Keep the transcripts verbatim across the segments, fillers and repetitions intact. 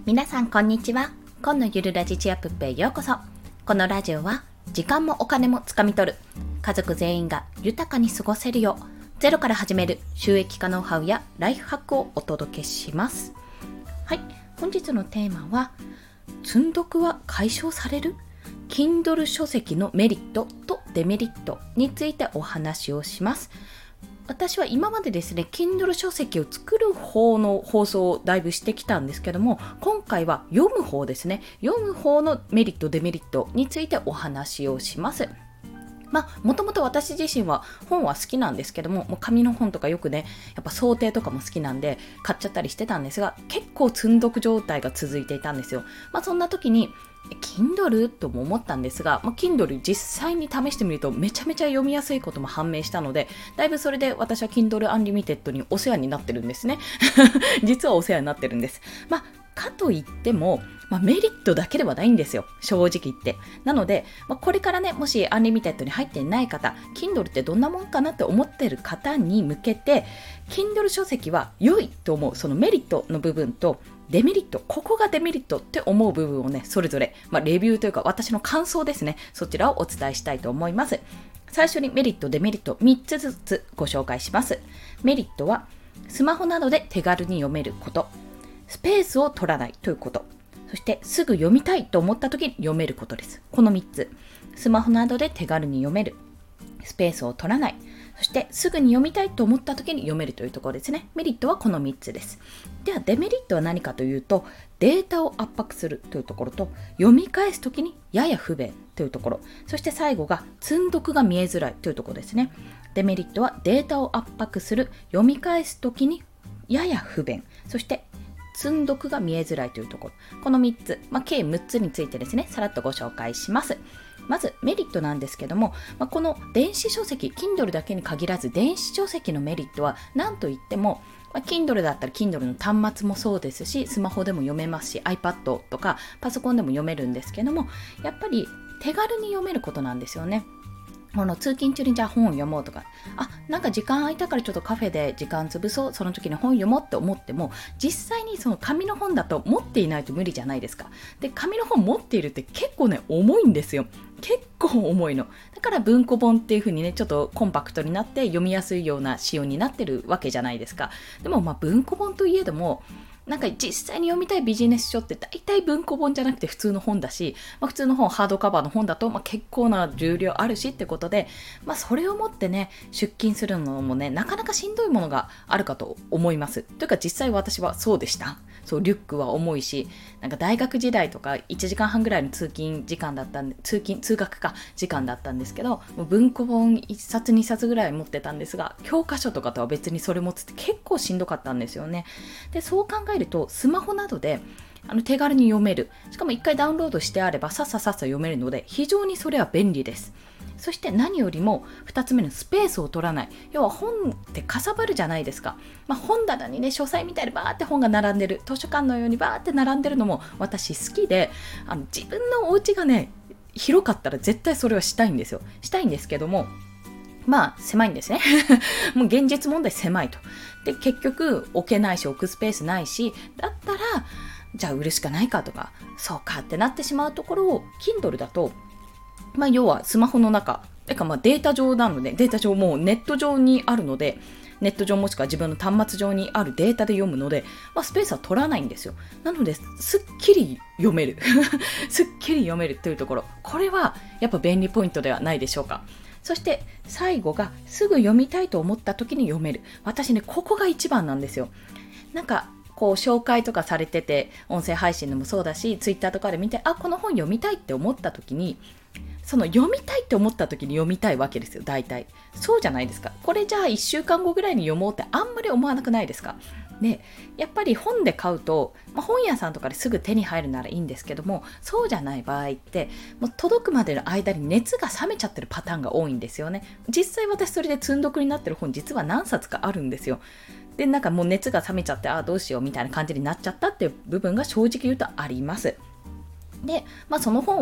皆さんこんにちは。今のゆるラジチアプップへようこそ。このラジオは時間もお金もつかみ取る、家族全員が豊かに過ごせるようゼロから始める収益化ノウハウやライフハックをお届けします。はい、本日のテーマは積読は解消される？ Kindle 書籍のメリットとデメリットについてお話をします。私は今までですね、Kindle 書籍を作る方の放送をだいぶしてきたんですけども、今回は読む方ですね。読む方のメリット、デメリットについてお話をします。まあ、もともと私自身は本は好きなんですけども、もう紙の本とかよくね、やっぱ想定とかも好きなんで買っちゃったりしてたんですが、結構積んどく状態が続いていたんですよ。まあ、そんな時にKindle とも思ったんですが、まあ、Kindle 実際に試してみるとめちゃめちゃ読みやすいことも判明したので、だいぶそれで私は Kindle Unlimited にお世話になってるんですね。実はお世話になってるんです。まあ、かといっても、まあ、メリットだけではないんですよ、正直言って。なので、まあ、これからね、もし Unlimited に入っていない方、Kindle ってどんなもんかなって思ってる方に向けて、Kindle 書籍は良いと思うそのメリットの部分とデメリット、ここがデメリットって思う部分をね、それぞれ、まあ、レビューというか私の感想ですね、そちらをお伝えしたいと思います。最初にメリット、デメリットみっつずつご紹介します。メリットはスマホなどで手軽に読めること、スペースを取らないということ、そしてすぐ読みたいと思った時に読めることです。このみっつ。スマホなどで手軽に読める、スペースを取らない、そしてすぐに読みたいと思った時に読めるというところですね。メリットはこのみっつです。ではデメリットは何かというと、データを圧迫するというところと、読み返す時にやや不便というところ、そして最後が積んどくが見えづらいというところですね。デメリットはデータを圧迫する、読み返す時にやや不便、そして積んどくが見えづらいというところ、このみっつ、まあ、計むっつについてですね、さらっとご紹介します。まずメリットなんですけども、まあ、この電子書籍、Kindle だけに限らず電子書籍のメリットは何といっても、まあ、Kindle だったら Kindle の端末もそうですし、スマホでも読めますし、iPad とかパソコンでも読めるんですけども、やっぱり手軽に読めることなんですよね。この通勤中にじゃあ本を読もうとか、あ、なんか時間空いたからちょっとカフェで時間潰そう、その時に本読もうって思っても、実際にその紙の本だと持っていないと無理じゃないですか。で、紙の本持っているって結構ね、重いんですよ。結構重いの。だから文庫本っていう風にね、ちょっとコンパクトになって読みやすいような仕様になってるわけじゃないですか。でもまあ文庫本といえども、なんか実際に読みたいビジネス書って大体文庫本じゃなくて普通の本だし、まあ、普通の本、ハードカバーの本だとまあ結構な重量あるしってことで、まあ、それを持ってね出勤するのもねなかなかしんどいものがあるかと思います。というか実際私はそうでした。そうリュックは重いし、なんか大学時代とかいちじかんはんぐらいの通勤時間だったんで、通勤通学か時間だったんですけど、もう文庫本いっさつにさつぐらい持ってたんですが、教科書とかとは別にそれ持つって結構しんどかったんですよね。で、そう考えるとスマホなどであの手軽に読める、しかもいっかいダウンロードしてあればさっささっさ読めるので非常にそれは便利です。そして何よりもふたつめのスペースを取らない。要は本ってかさばるじゃないですか。まあ、本棚にね書斎みたいにバーって本が並んでる、図書館のようにバーって並んでるのも私好きで、あの自分のお家がね広かったら絶対それはしたいんですよ。したいんですけども、まあ狭いんですね。もう現実問題狭いと。で結局置けないし置くスペースないし、だったらじゃあ売るしかないかとか、そうかってなってしまうところを Kindle だと、まあ要はスマホの中、てかまあデータ上なので、データ上もうネット上にあるので、ネット上もしくは自分の端末上にあるデータで読むので、まあ、スペースは取らないんですよ。なのですっきり読めるすっきり読めるというところ、これはやっぱ便利ポイントではないでしょうか。そして最後がすぐ読みたいと思った時に読める。私ねここが一番なんですよ。なんかこう紹介とかされてて、音声配信でもそうだしツイッターとかで見て、あこの本読みたいって思った時に、その読みたいって思った時に読みたいわけですよ。大体そうじゃないですか。これじゃあいっしゅうかんごぐらいに読もうってあんまり思わなくないですか。でやっぱり本で買うと、まあ、本屋さんとかですぐ手に入るならいいんですけども、そうじゃない場合ってもう届くまでの間に熱が冷めちゃってるパターンが多いんですよね。実際私それで積んどくになってる本実は何冊かあるんですよ。でなんかもう熱が冷めちゃって、あどうしようみたいな感じになっちゃったっていう部分が正直言うとあります。で、まあ、その本を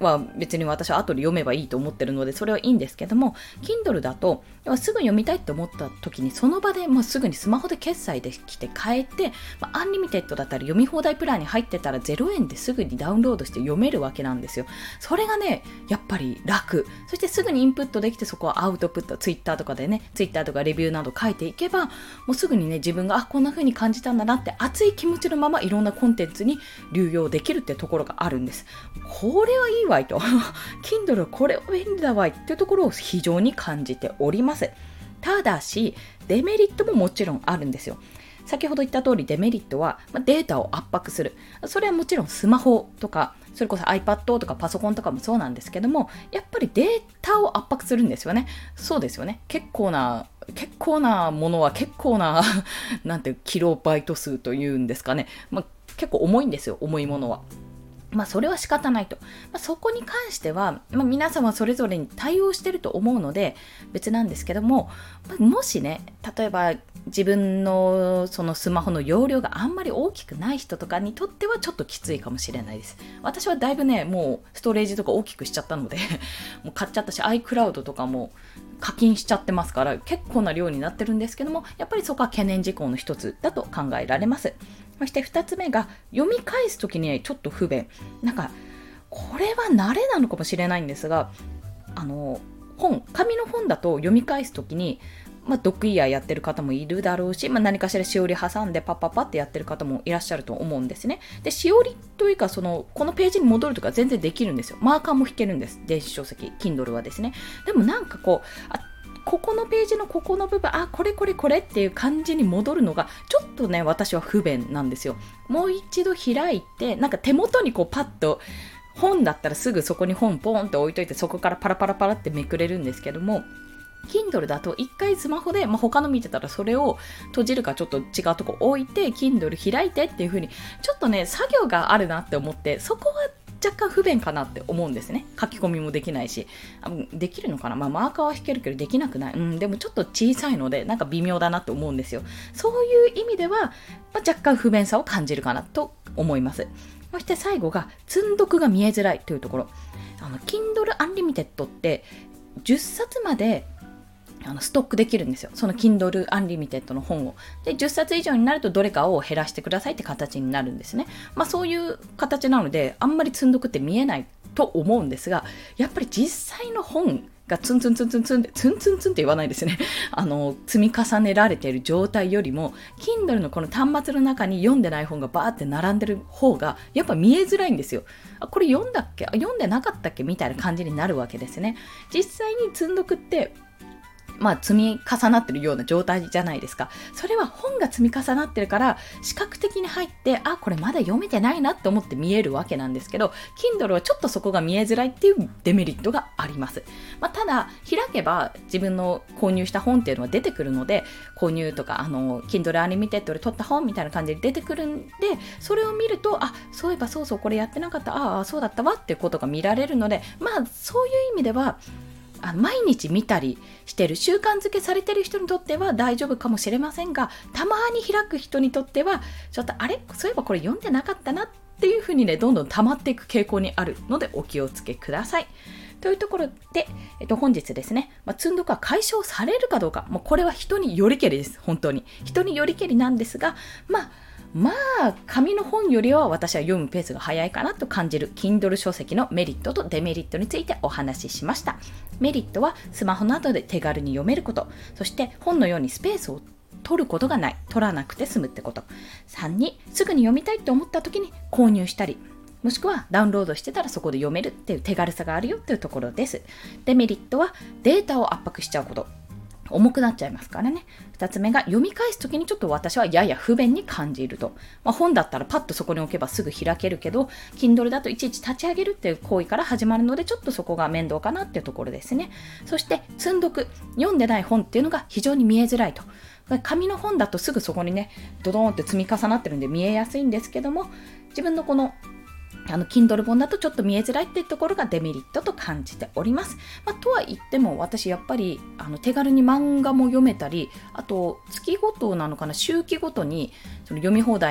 は別に私は後で読めばいいと思ってるのでそれはいいんですけども、 Kindle だとすぐ読みたいと思った時にその場でもうすぐにスマホで決済できて変えて、まあ、アンリミテッドだったら読み放題プランに入ってたらゼロえんですぐにダウンロードして読めるわけなんですよ。それがねやっぱり楽。そしてすぐにインプットできて、そこはアウトプット、ツイッターとかでね、ツイッターとかレビューなど書いていけば、もうすぐにね自分があこんな風に感じたんだなって熱い気持ちのままいろんなコンテンツに流用できるってところがあるんです。これはいいわいとKindle これ便利だわいっていうところを非常に感じております。ただしデメリットももちろんあるんですよ。先ほど言った通りデメリットは、まあ、データを圧迫する。それはもちろんスマホとかそれこそ iPad とかパソコンとかもそうなんですけども、やっぱりデータを圧迫するんですよね。そうですよね。結構な結構なものは結構ななんてキロバイト数というんですかね、まあ、結構重いんですよ、重いものは。まあそれは仕方ないと。まあ、そこに関しては、まあ、皆さんはそれぞれに対応してると思うので別なんですけども、もしね例えば自分のそのスマホの容量があんまり大きくない人とかにとってはちょっときついかもしれないです。私はだいぶねもうストレージとか大きくしちゃったのでもう買っちゃったし iCloud とかも課金しちゃってますから結構な量になってるんですけども、やっぱりそこは懸念事項の一つだと考えられます。そしてふたつめが読み返すときにちょっと不便。なんかこれは慣れなのかもしれないんですが、あの本紙の本だと読み返すときに、まあ、ドッグイヤーやってる方もいるだろうし、まあ、何かしらしおり挟んでパッパッパってやってる方もいらっしゃると思うんですね。でしおりというかそのこのページに戻るとか全然できるんですよ。マーカーも引けるんです、電子書籍 Kindle はですね。でもなんかこうあここのページのここの部分、あこれこれこれっていう感じに戻るのがちょっとね私は不便なんですよ。もう一度開いてなんか手元にこうパッと、本だったらすぐそこに本ポーンって置いといてそこからパラパラパラってめくれるんですけども、Kindle だと一回スマホで、まあ、他の見てたらそれを閉じるかちょっと違うとこ置いて Kindle 開いてっていう風にちょっとね作業があるなって思って、そこは若干不便かなって思うんですね。書き込みもできないし、あできるのかな、まあ、マーカーは引けるけどできなくない、うん、でもちょっと小さいのでなんか微妙だなって思うんですよ。そういう意味では、まあ、若干不便さを感じるかなと思います。そして最後が積んどくが見えづらいというところ。あの Kindle Unlimited ってじゅっさつまであのストックできるんですよ。その Kindle Unlimited の本を。で、じゅっさつ以上になるとどれかを減らしてくださいって形になるんですね。まあそういう形なので、あんまり積んどくって見えないと思うんですが、やっぱり実際の本がツンツンツンツンツンって、ツンツンツンって言わないですね。あの、積み重ねられている状態よりも、Kindle のこの端末の中に読んでない本がバーって並んでる方が、やっぱ見えづらいんですよ。あ、これ読んだっけ？読んでなかったっけみたいな感じになるわけですね。実際に積んどくって、まあ、積み重なってるような状態じゃないですか。それは本が積み重なってるから視覚的に入って、あ、これまだ読めてないなって思って見えるわけなんですけど、 Kindle はちょっとそこが見えづらいっていうデメリットがあります。まあ、ただ開けば自分の購入した本っていうのは出てくるので、購入とかあの Kindle Unlimited で取った本みたいな感じで出てくるんで、それを見ると、あ、そういえばそうそうこれやってなかった、ああそうだったわっていうことが見られるので、まあそういう意味ではあの毎日見たりしてる習慣づけされてる人にとっては大丈夫かもしれませんが、たまに開く人にとってはちょっとあれそういえばこれ読んでなかったなっていう風にねどんどん溜まっていく傾向にあるのでお気をつけください。というところで、えっと、本日ですね、まあ、積んどくは解消されるかどうか、もうこれは人によりけりです。本当に人によりけりなんですが、まあまあ紙の本よりは私は読むペースが早いかなと感じる Kindle 書籍のメリットとデメリットについてお話ししました。メリットはスマホなどで手軽に読めること、そして本のようにスペースを取ることがない、取らなくて済むってこと。さんにすぐに読みたいと思った時に購入したり、もしくはダウンロードしてたらそこで読めるっていう手軽さがあるよっていうところです。デメリットはデータを圧迫しちゃうこと、重くなっちゃいますからね。二つ目が読み返すときにちょっと私はやや不便に感じると。まあ、本だったらパッとそこに置けばすぐ開けるけど、Kindle だといちいち立ち上げるっていう行為から始まるので、ちょっとそこが面倒かなっていうところですね。そして積んどく、読んでない本っていうのが非常に見えづらいと。紙の本だとすぐそこにねドドーンって積み重なってるんで見えやすいんですけども、自分のこのあの Kindle 本だとちょっと見えづらいっていうところがデメリットと感じております。まあ、とは言っても私やっぱりあの手軽に漫画も読めたり、あと月ごとなのかな、周期ごとにその読み放題の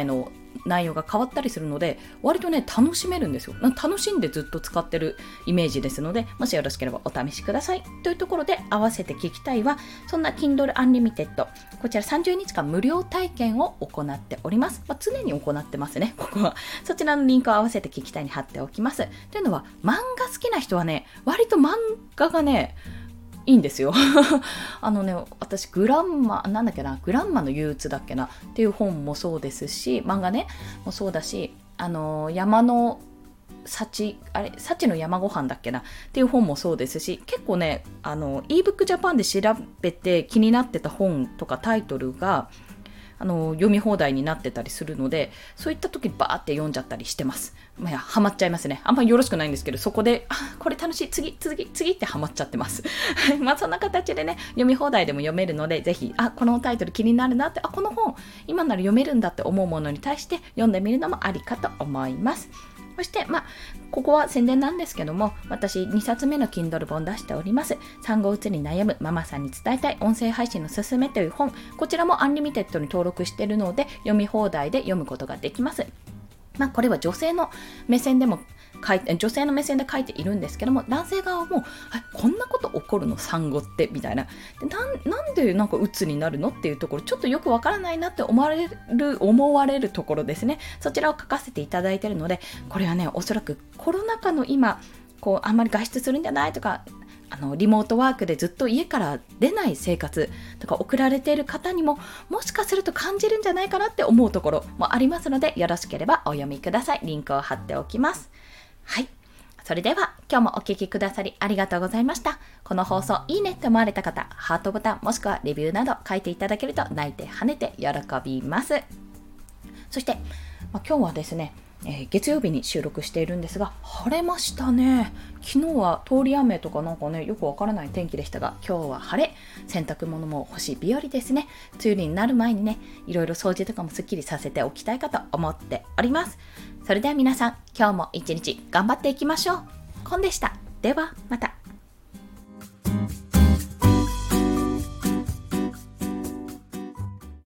内容が変わったりするので、割とね楽しめるんですよ。楽しんでずっと使ってるイメージですので、もしよろしければお試しくださいというところで、合わせて聞きたいはそんな Kindle Unlimited、 こちらさんじゅうにちかん無料体験を行っております。まあ、常に行ってますね、ここは。そちらのリンクを合わせて聞きたいに貼っておきます。というのは、漫画好きな人はね、割と漫画がねいいんですよあのね、私グランマなんだっけなグランマの憂鬱だっけなっていう本もそうですし、漫画ねもそうだし、あの山の幸あれ幸の山ごはんだっけなっていう本もそうですし、結構ねあの ebook Japan で調べて気になってた本とかタイトルがあの読み放題になってたりするので、そういった時バーって読んじゃったりしてます。まあ、いやハマっちゃいますね。あんまりよろしくないんですけど、そこであこれ楽しい次次次ってハマっちゃってますまあそんな形でね読み放題でも読めるので、ぜひあこのタイトル気になるなって、あこの本今なら読めるんだって思うものに対して読んでみるのもありかと思います。そして、まあ、ここは宣伝なんですけども、私にさつめの Kindle 本出しております。産後うつに悩むママさんに伝えたい音声配信のすすめという本、こちらもアンリミテッドに登録しているので、読み放題で読むことができます。まあ、これは女性の目線でも書いて、女性の目線で書いているんですけども、男性側もこんなこと起こるの産後ってみたいな、で な, なんでなんかうつになるのっていうところ、ちょっとよくわからないなって思われる思われるところですね。そちらを書かせていただいているので、これはねおそらくコロナ禍の今こうあんまり外出するんじゃないとか、あのリモートワークでずっと家から出ない生活とか送られている方にももしかすると感じるんじゃないかなって思うところもありますので、よろしければお読みください。リンクを貼っておきます。はい、それでは今日もお聞きくださりありがとうございました。この放送いいねって思われた方、ハートボタンもしくはレビューなど書いていただけると泣いて跳ねて喜びます。そして、まあ、今日はですねえー、月曜日に収録しているんですが、晴れましたね。昨日は通り雨とかなんかねよくわからない天気でしたが、今日は晴れ、洗濯物も干し日和ですね。梅雨になる前にねいろいろ掃除とかもすっきりさせておきたいかと思っております。それでは皆さん、今日も一日頑張っていきましょう。コンでした。ではまた。